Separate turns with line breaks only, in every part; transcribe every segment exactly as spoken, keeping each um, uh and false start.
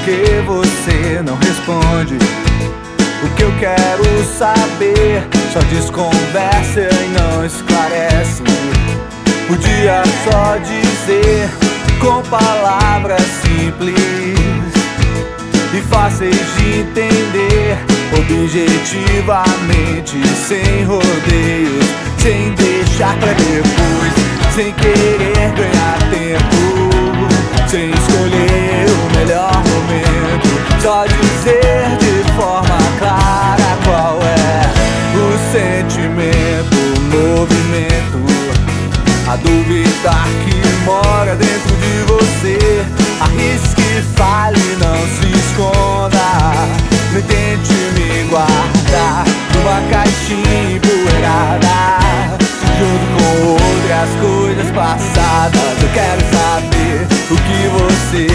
porque você não responde o que eu quero saber. Só desconversa e não esclarece. Podia só dizer com palavras simples e fáceis de entender, objetivamente, sem rodeios, sem deixar pra depois, sem querer ganhar tempo, sem escolher o melhor momento. Só dizer de forma clara qual é o sentimento, o movimento, a dúvida que mora dentro de você. Arrisque, fale, não se esconda. Não tente me guardar numa caixinha empoeirada, junto com outras coisas passadas. Eu quero saber o que você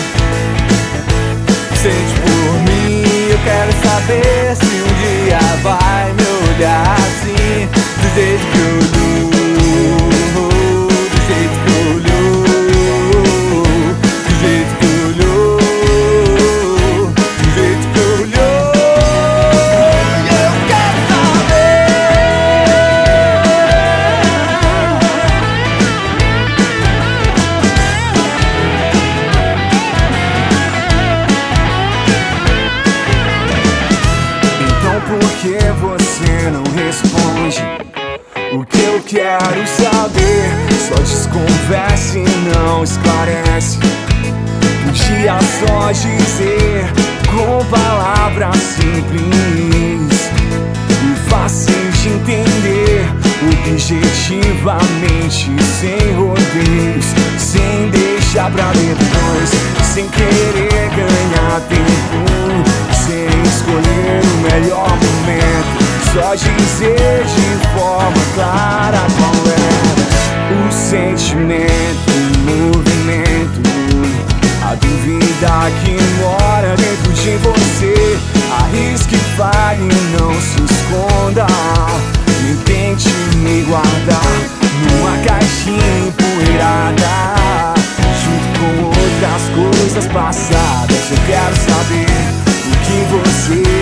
sente por mim. Eu quero saber se um dia vai me olhar assim, do jeito que eu olho, do jeito que eu olho, do jeito que eu olho, do jeito que eu olho. Eu quero Por que você não responde o que eu quero saber? Só desconversa e não esclarece. Podia só dizer com palavras simples e fáceis de entender, objetivamente, sem rodeios, sem deixar pra depois, sem querer ganhar tempo, sem escolher o melhor momento. Só dizer de forma clara qual é o sentimento, o movimento, a dúvida que mora dentro de você. Arrisque, fale, não se esconda. Nem tente me guardar numa caixinha empoeirada, junto com outras coisas passadas. Eu quero saber o que você